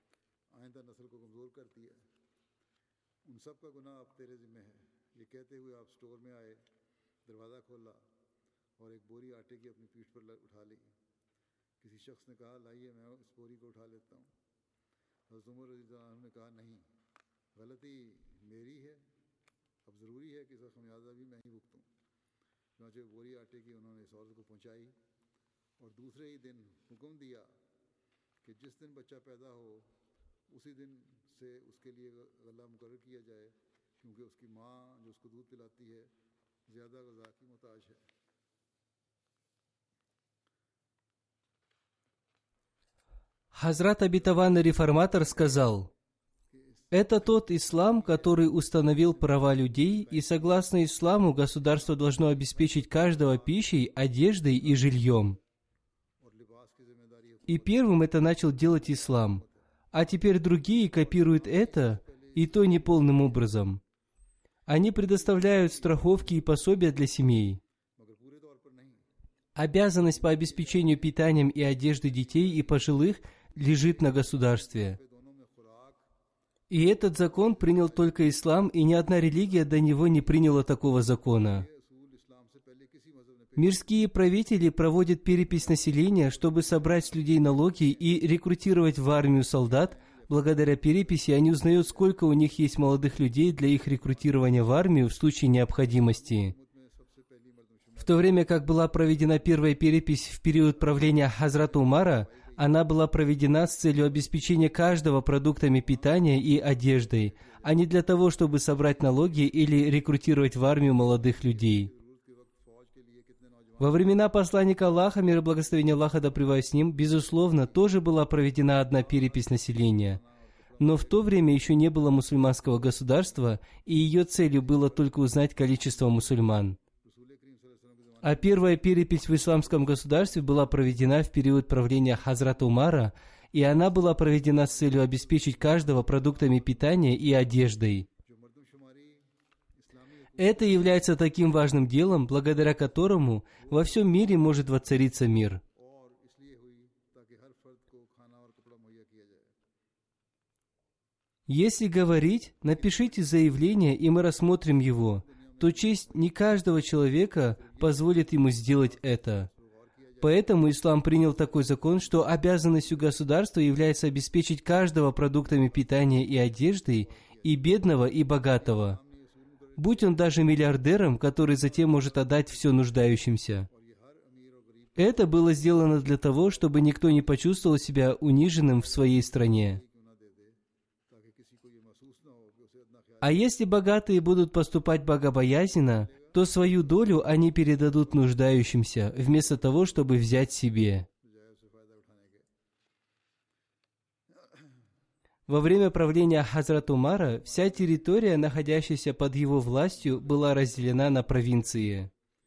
हज़रत उमर रज़ियल्लाहु अन्हु ने कहा, नहीं, गलती मेरी है, अब ज़रूरी है कि इसका खमियाजा भी मैं ही भुगतूं। चुनांचे बोरी आटे की उन्होंने इस औरत को पहुंचाई और दूसरे ही दिन हुक्म दिया कि जिस दिन बच्चा पैदा हो उसी दिन से उसके लिए गला मुकर्रर किया जाए, क्योंकि उसकी माँ जो उसको दूध पिलाती है ज़्यादा ग़िज़ा की मुहताज है। Хазрат Обетованный Реформатор сказал: «Это тот ислам, который установил права людей, и согласно исламу государство должно обеспечить каждого пищей, одеждой и жильем. И первым это начал делать ислам, а теперь другие копируют это, и то неполным образом. Они предоставляют страховки и пособия для семей. Обязанность по обеспечению питанием и одеждой детей и пожилых лежит на государстве. И этот закон принял только ислам, и ни одна религия до него не приняла такого закона. Мирские правители проводят перепись населения, чтобы собрать с людей налоги и рекрутировать в армию солдат. Благодаря переписи они узнают, сколько у них есть молодых людей для их рекрутирования в армию в случае необходимости. В то время как была проведена первая перепись в период правления Хазрата Умара, она была проведена с целью обеспечения каждого продуктами питания и одеждой, а не для того, чтобы собрать налоги или рекрутировать в армию молодых людей. Во времена посланника Аллаха, мир и благословение Аллаха да пребывает с ним, безусловно, тоже была проведена одна перепись населения. Но в то время еще не было мусульманского государства, и ее целью было только узнать количество мусульман. А первая перепись в исламском государстве была проведена в период правления Хазрата Умара, и она была проведена с целью обеспечить каждого продуктами питания и одеждой. Это является таким важным делом, благодаря которому во всем мире может воцариться мир. Если говорить, напишите заявление, и мы рассмотрим его, то честь не каждого человека позволит ему сделать это. Поэтому ислам принял такой закон, что обязанностью государства является обеспечить каждого продуктами питания и одеждой, и бедного, и богатого, будь он даже миллиардером, который затем может отдать все нуждающимся. Это было сделано для того, чтобы никто не почувствовал себя униженным в своей стране. А если богатые будут поступать богобоязненно, то свою долю они передадут нуждающимся, вместо того, чтобы взять себе. Во время правления Хазрата Умара вся территория, находящаяся под его властью, была разделена на провинции.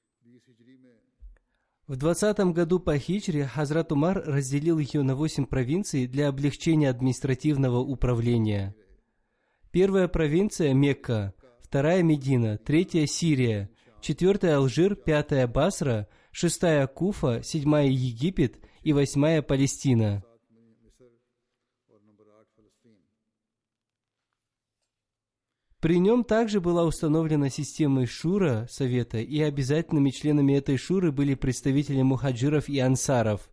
В двадцатом году по хиджре Хазрат Умар разделил ее на восемь провинций для облегчения административного управления. Первая провинция – Мекка, вторая – Медина, третья – Сирия, четвертая – Алжир, пятая – Басра, шестая – Куфа, седьмая – Египет и восьмая – Палестина. При нем также была установлена система шура, совета, и обязательными членами этой шуры были представители мухаджиров и ансаров.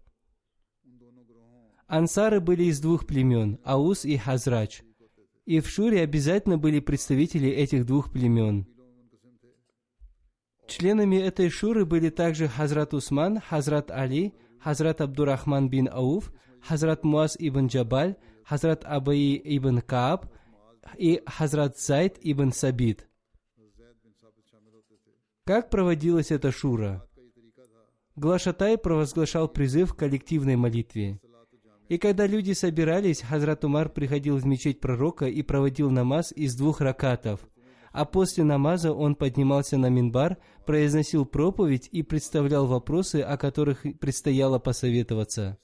Ансары были из двух племен – Аус и Хазрач. И в шуре обязательно были представители этих двух племен. Членами этой шуры были также Хазрат Усман, Хазрат Али, Хазрат Абдурахман бин Ауф, Хазрат Муаз ибн Джабаль, Хазрат Абаи ибн Кааб и Хазрат Зайд ибн Сабит. Как проводилась эта шура? Глашатай провозглашал призыв к коллективной молитве. И когда люди собирались, Хазрат Умар приходил в мечеть пророка и проводил намаз из двух ракатов. А после намаза он поднимался на минбар, произносил проповедь и представлял вопросы, о которых предстояло посоветоваться.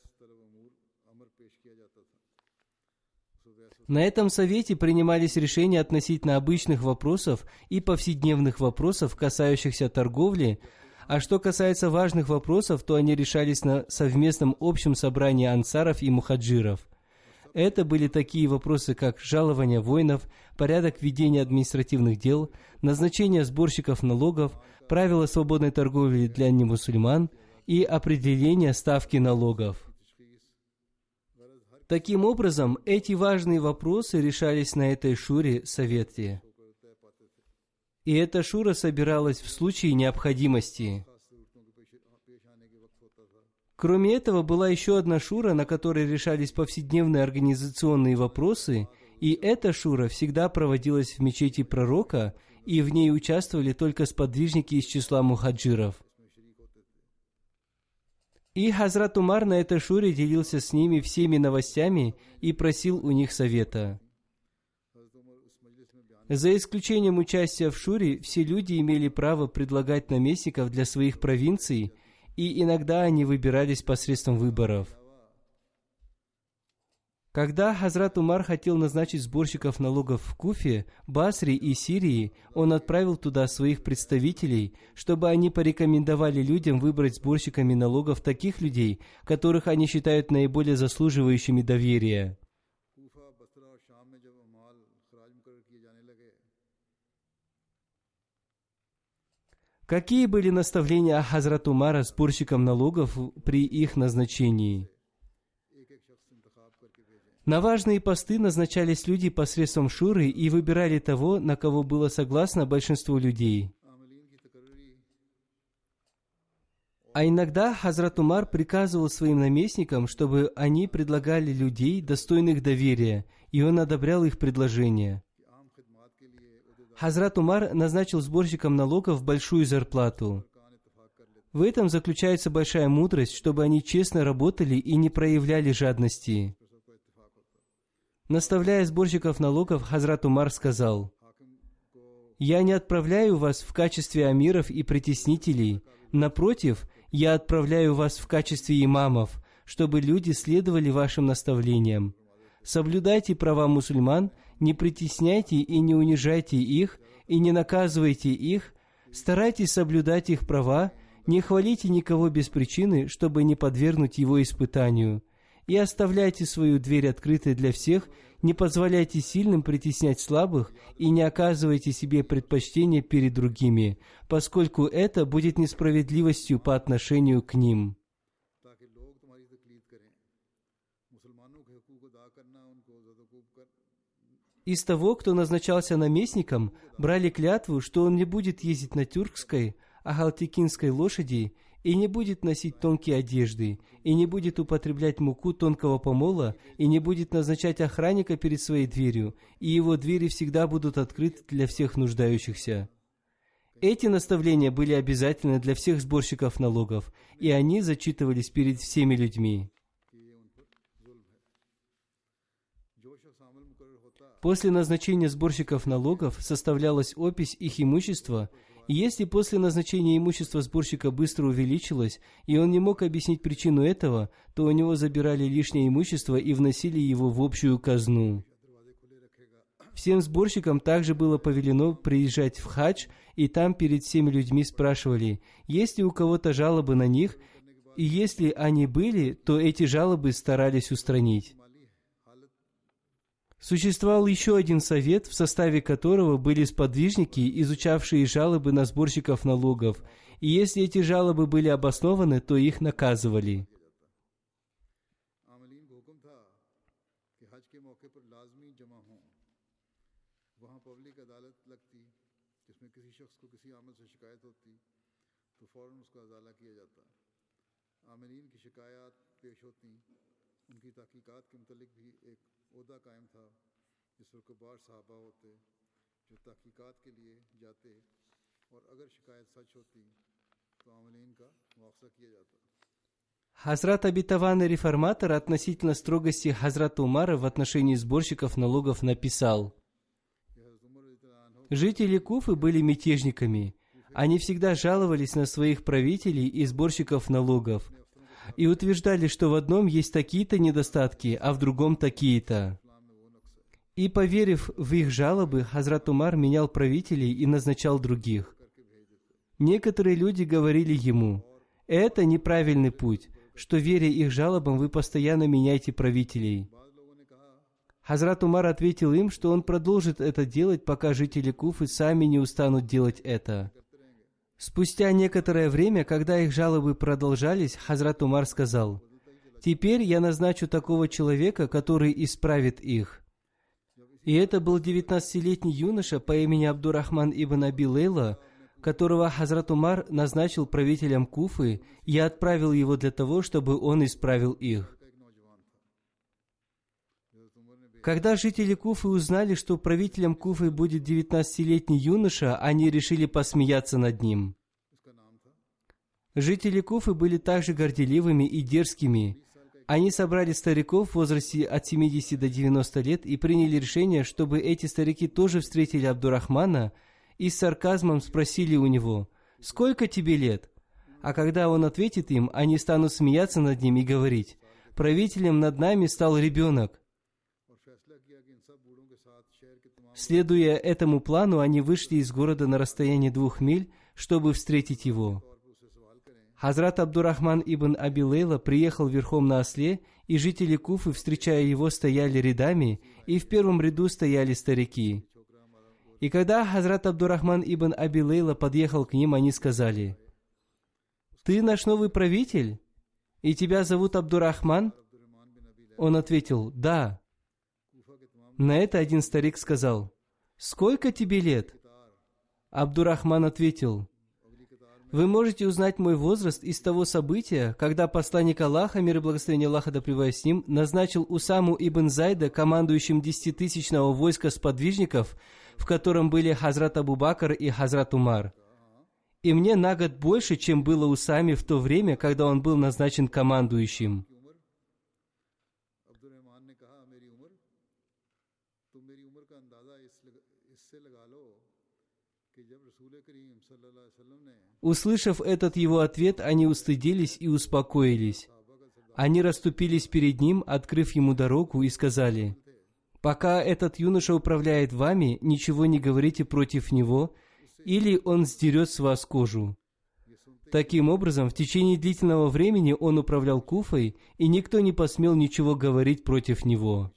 На этом совете принимались решения относительно обычных вопросов и повседневных вопросов, касающихся торговли, а что касается важных вопросов, то они решались на совместном общем собрании ансаров и мухаджиров. Это были такие вопросы, как жалование воинов, порядок ведения административных дел, назначение сборщиков налогов, правила свободной торговли для немусульман и определение ставки налогов. Таким образом, эти важные вопросы решались на этой шуре совете. И эта шура собиралась в случае необходимости. Кроме этого, была еще одна шура, на которой решались повседневные организационные вопросы, и эта шура всегда проводилась в мечети пророка, и в ней участвовали только сподвижники из числа мухаджиров. И Хазрат Умар на этой шуре делился с ними всеми новостями и просил у них совета. За исключением участия в шуре, все люди имели право предлагать наместников для своих провинций, и иногда они выбирались посредством выборов. Когда Хазрат Умар хотел назначить сборщиков налогов в Куфе, Басре и Сирии, он отправил туда своих представителей, чтобы они порекомендовали людям выбрать сборщиками налогов таких людей, которых они считают наиболее заслуживающими доверия. Какие были наставления Хазрат Умара сборщикам налогов при их назначении? На важные посты назначались люди посредством шуры и выбирали того, на кого было согласно большинство людей. А иногда Хазрат Умар приказывал своим наместникам, чтобы они предлагали людей, достойных доверия, и он одобрял их предложения. Хазрат Умар назначил сборщикам налогов большую зарплату. В этом заключается большая мудрость, чтобы они честно работали и не проявляли жадности. Наставляя сборщиков налогов, Хазрат Умар сказал: «Я не отправляю вас в качестве амиров и притеснителей. Напротив, я отправляю вас в качестве имамов, чтобы люди следовали вашим наставлениям. Соблюдайте права мусульман, не притесняйте и не унижайте их, и не наказывайте их, старайтесь соблюдать их права, не хвалите никого без причины, чтобы не подвергнуть его испытанию. И оставляйте свою дверь открытой для всех, не позволяйте сильным притеснять слабых и не оказывайте себе предпочтения перед другими, поскольку это будет несправедливостью по отношению к ним». Из того, кто назначался наместником, брали клятву, что он не будет ездить на тюркской, ахалтекинской лошади и не будет носить тонкие одежды, и не будет употреблять муку тонкого помола, и не будет назначать охранника перед своей дверью, и его двери всегда будут открыты для всех нуждающихся. Эти наставления были обязательны для всех сборщиков налогов, и они зачитывались перед всеми людьми. После назначения сборщиков налогов составлялась опись их имущества, и если после назначения имущества сборщика быстро увеличилось, и он не мог объяснить причину этого, то у него забирали лишнее имущество и вносили его в общую казну. Всем сборщикам также было повелено приезжать в хадж, и там перед всеми людьми спрашивали, есть ли у кого-то жалобы на них, и если они были, то эти жалобы старались устранить. Существовал еще один совет, в составе которого были сподвижники, изучавшие жалобы на сборщиков налогов, и если эти жалобы были обоснованы, то их наказывали. Хазрат обетованный реформатор относительно строгости Хазрата Умара в отношении сборщиков налогов написал: «Жители Куфы были мятежниками. Они всегда жаловались на своих правителей и сборщиков налогов и утверждали, что в одном есть такие-то недостатки, а в другом такие-то. И, поверив в их жалобы, Хазрат Умар менял правителей и назначал других. Некоторые люди говорили ему: «Это неправильный путь, что, веря их жалобам, вы постоянно меняете правителей». Хазрат Умар ответил им, что он продолжит это делать, пока жители Куфы сами не устанут делать это. Спустя некоторое время, когда их жалобы продолжались, Хазрат Умар сказал: «Теперь я назначу такого человека, который исправит их». И это был девятнадцатилетний юноша по имени Абдурахман ибн Аби Лейла, которого Хазрат Умар назначил правителем Куфы, и отправил его для того, чтобы он исправил их. Когда жители Куфы узнали, что правителем Куфы будет девятнадцатилетний юноша, они решили посмеяться над ним. Жители Куфы были также горделивыми и дерзкими. Они собрали стариков в возрасте от семидесяти до девяноста лет и приняли решение, чтобы эти старики тоже встретили Абдурахмана и с сарказмом спросили у него: «Сколько тебе лет?» А когда он ответит им, они станут смеяться над ним и говорить: «Правителем над нами стал ребенок». Следуя этому плану, они вышли из города на расстоянии двух миль, чтобы встретить его. Хазрат Абдурахман ибн Аби Лейла приехал верхом на осле, и жители Куфы, встречая его, стояли рядами, и в первом ряду стояли старики. И когда Хазрат Абдурахман ибн Аби Лейла подъехал к ним, они сказали: «Ты наш новый правитель? И тебя зовут Абдурахман?» Он ответил: «Да». На это один старик сказал: «Сколько тебе лет?» Абдурахман ответил: «Вы можете узнать мой возраст из того события, когда посланник Аллаха, мир и благословение Аллаха да пребывает с ним, назначил Усаму ибн Зайда командующим десятитысячного войска сподвижников, в котором были Хазрат Абу Бакр и Хазрат Умар. и мне на год больше, чем было у Сами в то время, когда он был назначен командующим. Услышав этот его ответ, они устыдились и успокоились. Они расступились перед ним, открыв ему дорогу, и сказали: «Пока этот юноша управляет вами, ничего не говорите против него, или он сдерет с вас кожу». Таким образом, в течение длительного времени он управлял Куфой, и никто не посмел ничего говорить против него.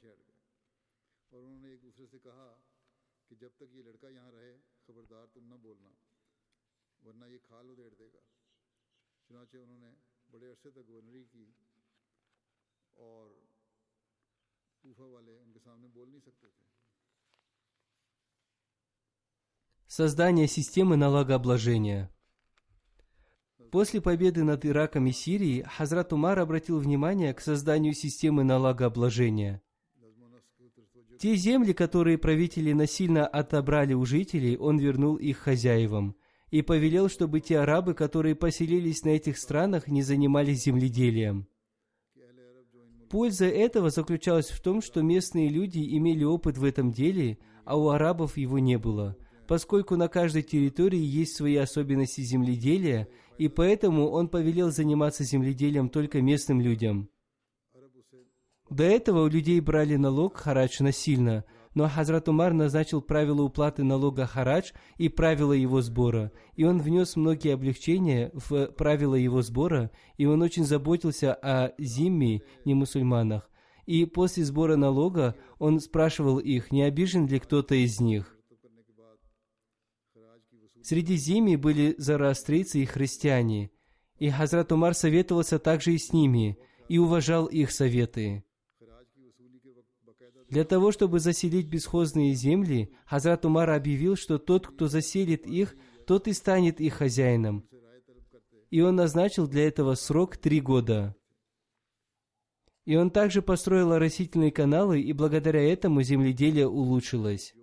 Создание системы налогообложения. После победы над Ираком и Сирией Хазрат Умар обратил внимание к созданию системы налогообложения. Те земли, которые правители насильно отобрали у жителей, он вернул их хозяевам и повелел, чтобы те арабы, которые поселились на этих странах, не занимались земледелием. Польза этого заключалась в том, что местные люди имели опыт в этом деле, а у арабов его не было, поскольку на каждой территории есть свои особенности земледелия, и поэтому он повелел заниматься земледелием только местным людям. До этого у людей брали налог харадж насильно, но Хазрат Умар назначил правила уплаты налога харадж и правила его сбора, и он внес многие облегчения в правила его сбора, и он очень заботился о зимми, не мусульманах. И после сбора налога он спрашивал их, не обижен ли кто-то из них. Среди зимми были зороастрийцы и христиане, и Хазрат Умар советовался также и с ними, и уважал их советы. Для того, чтобы заселить бесхозные земли, Хазрат Умар объявил, что тот, кто заселит их, тот и станет их хозяином. И он назначил для этого срок три года. И он также построил оросительные каналы, и благодаря этому земледелие улучшилось.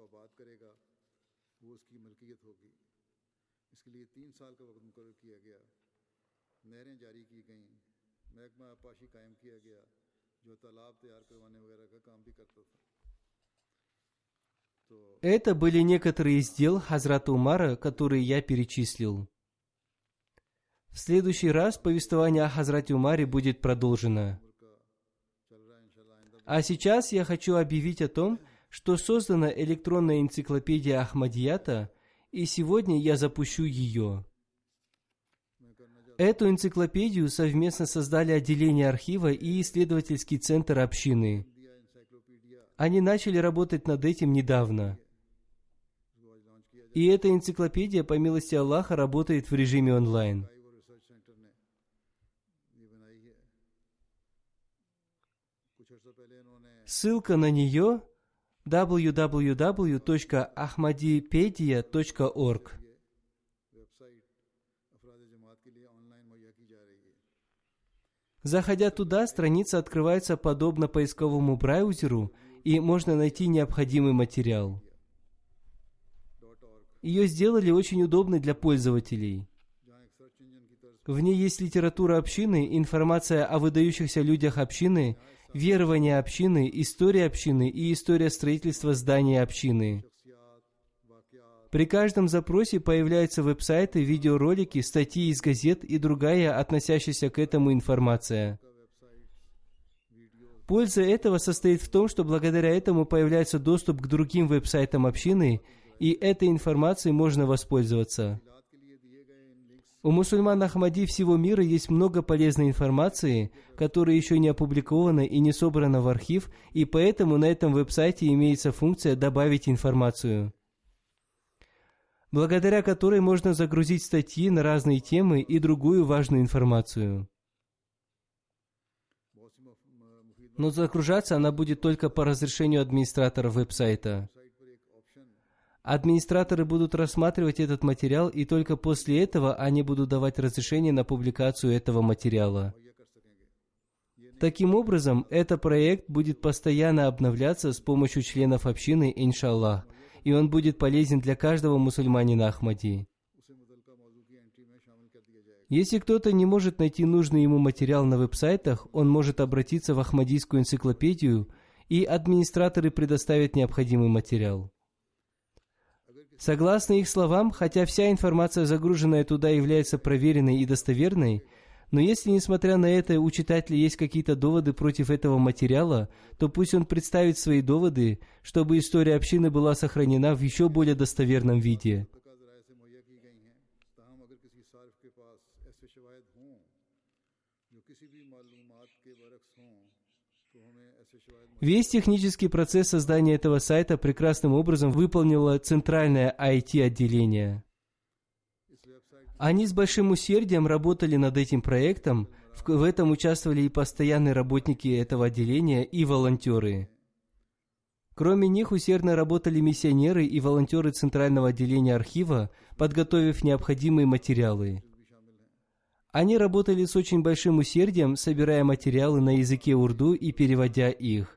Это были некоторые из дел Хазрата Умара, которые я перечислил. В следующий раз повествование о Хазрате Умаре будет продолжено. А сейчас я хочу объявить о том, что создана электронная энциклопедия Ахмадията, и сегодня я запущу ее. Эту энциклопедию совместно создали отделение архива и исследовательский центр общины. Они начали работать над этим недавно. И эта энциклопедия, по милости Аллаха, работает в режиме онлайн. Ссылка на нее дабл ю дабл ю дабл ю точка ахмадипедия точка орг. Заходя туда, страница открывается подобно поисковому браузеру, и можно найти необходимый материал. Ее сделали очень удобной для пользователей. В ней есть литература общины, информация о выдающихся людях общины, верования общины, история общины и история строительства здания общины. При каждом запросе появляются веб-сайты, видеоролики, статьи из газет и другая, относящаяся к этому информация. Польза этого состоит в том, что благодаря этому появляется доступ к другим веб-сайтам общины, и этой информацией можно воспользоваться. У мусульман Ахмади всего мира есть много полезной информации, которая еще не опубликована и не собрана в архив, и поэтому на этом веб-сайте имеется функция «Добавить информацию», благодаря которой можно загрузить статьи на разные темы и другую важную информацию. Но загружаться она будет только по разрешению администратора веб-сайта. Администраторы будут рассматривать этот материал, и только после этого они будут давать разрешение на публикацию этого материала. Таким образом, этот проект будет постоянно обновляться с помощью членов общины, иншаллах, и он будет полезен для каждого мусульманина Ахмади. Если кто-то не может найти нужный ему материал на веб-сайтах, он может обратиться в Ахмадийскую энциклопедию, и администраторы предоставят необходимый материал. Согласно их словам, хотя вся информация, загруженная туда, является проверенной и достоверной, но если, несмотря на это, у читателя есть какие-то доводы против этого материала, то пусть он представит свои доводы, чтобы история общины была сохранена в еще более достоверном виде. Весь технический процесс создания этого сайта прекрасным образом выполнило центральное ай ти-отделение. Они с большим усердием работали над этим проектом, в, в этом участвовали и постоянные работники этого отделения, и волонтеры. Кроме них усердно работали миссионеры и волонтеры Центрального отделения архива, подготовив необходимые материалы. Они работали с очень большим усердием, собирая материалы на языке урду и переводя их.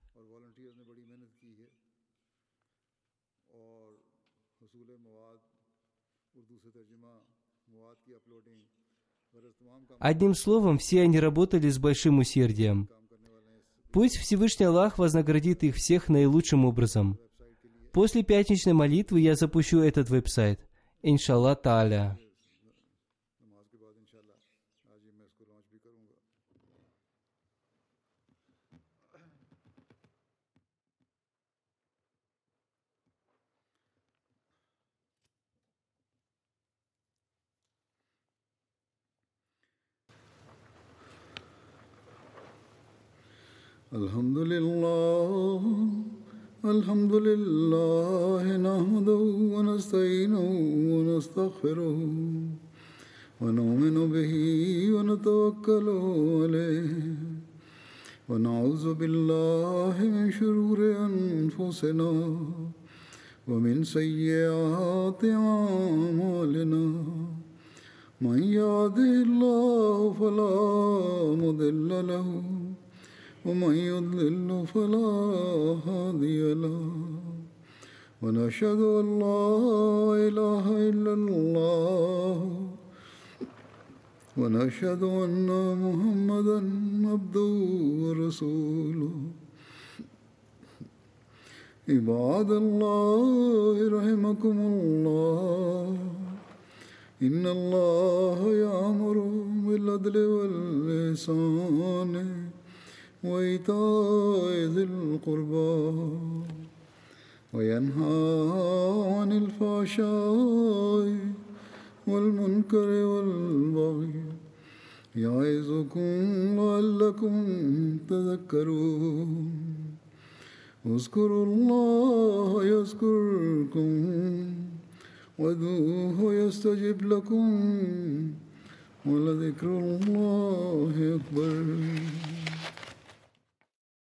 Одним словом, все они работали с большим усердием. Пусть Всевышний Аллах вознаградит их всех наилучшим образом. После пятничной молитвы я запущу этот веб-сайт. Иншаллах Тааля. الحمد لله الحمد لله نحمده ونستعينه ونستغفره ونؤمن به ونتوكل عليه ونعوذ بالله من شرور أنفسنا ومن سيئات أعمالنا من يهده الله فلا مضل له ومن يضلل فلا هادي له ونشهد أن لا إله إلا الله ونشهد أن محمدا عبده ورسوله عباد الله رحمكم الله إن الله يأمر بالعدل والإحسان وإيتاء ذي القربى وينهى عن الفحشاء والمنكر والبغي يعظكم لعلكم تذكرون اذكروا الله يذكركم وادعوه يستجب لكم ولذكر الله أكبر